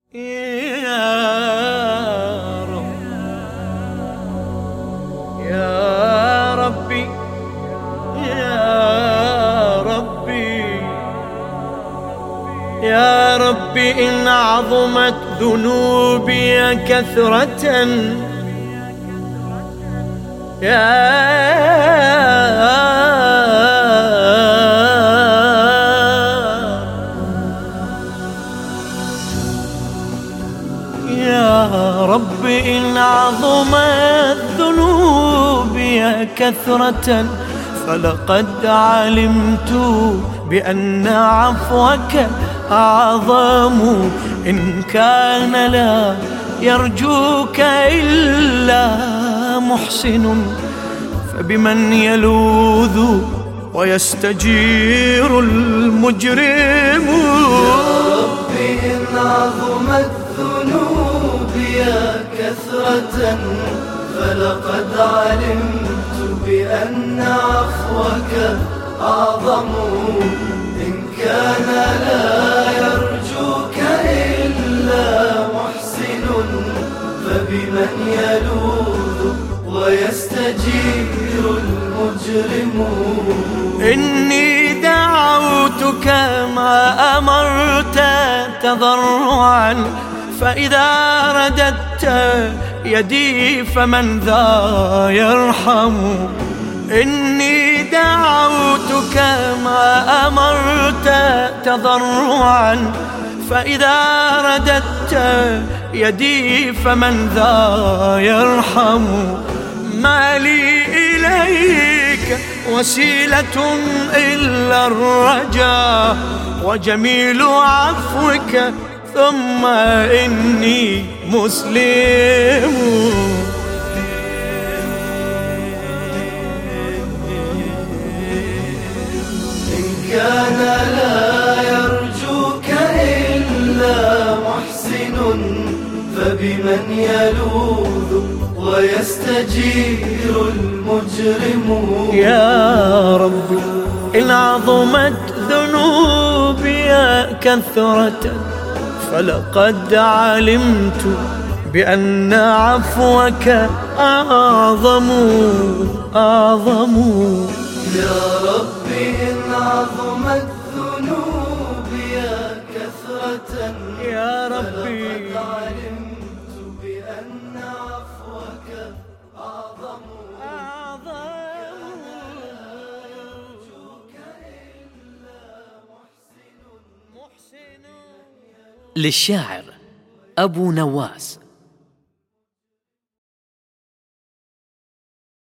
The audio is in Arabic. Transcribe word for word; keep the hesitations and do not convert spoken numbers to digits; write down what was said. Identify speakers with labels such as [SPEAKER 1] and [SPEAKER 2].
[SPEAKER 1] يا رب يا ربي يا ربي يا ربي إن عظمت ذنوبي كثرة يا يا رب إن عظمت ذنوبي كثرة فلقد علمت بأن عفوك أعظم إن كان لا يرجوك إلا محسن فبمن يلوذ ويستجير المجرم.
[SPEAKER 2] يا رب إن عظمت ذنوبي كثرة فلقد علمت بأن عفوك أعظم إن كان لا يرجوك إلا محسن فبمن يلوذ ويستجير المجرم.
[SPEAKER 1] إني دعوتك ما أمرت تضرعا فإذا رددت يدي فمن ذا يرحم. إني دعوتك ما أمرت تضرعا فإذا رددت يدي فمن ذا يرحم. ما لي إليك وسيلة إلا الرجاء وجميل عفوك ثم إني مسلم.
[SPEAKER 2] إن كان لا يرجوك إلا محسن فبمن يلوذ ويستجير المجرم.
[SPEAKER 1] يا ربي إن عظمت ذنوبي كثرة فلقد علمت بأن عفوك أعظم أعظم.
[SPEAKER 2] يا رب إن عظمت ذنوبي كثرة
[SPEAKER 1] يا ربي
[SPEAKER 2] فلقد علمت بأن عفوك أعظم
[SPEAKER 1] أعظم.
[SPEAKER 3] للشاعر أبو نواس.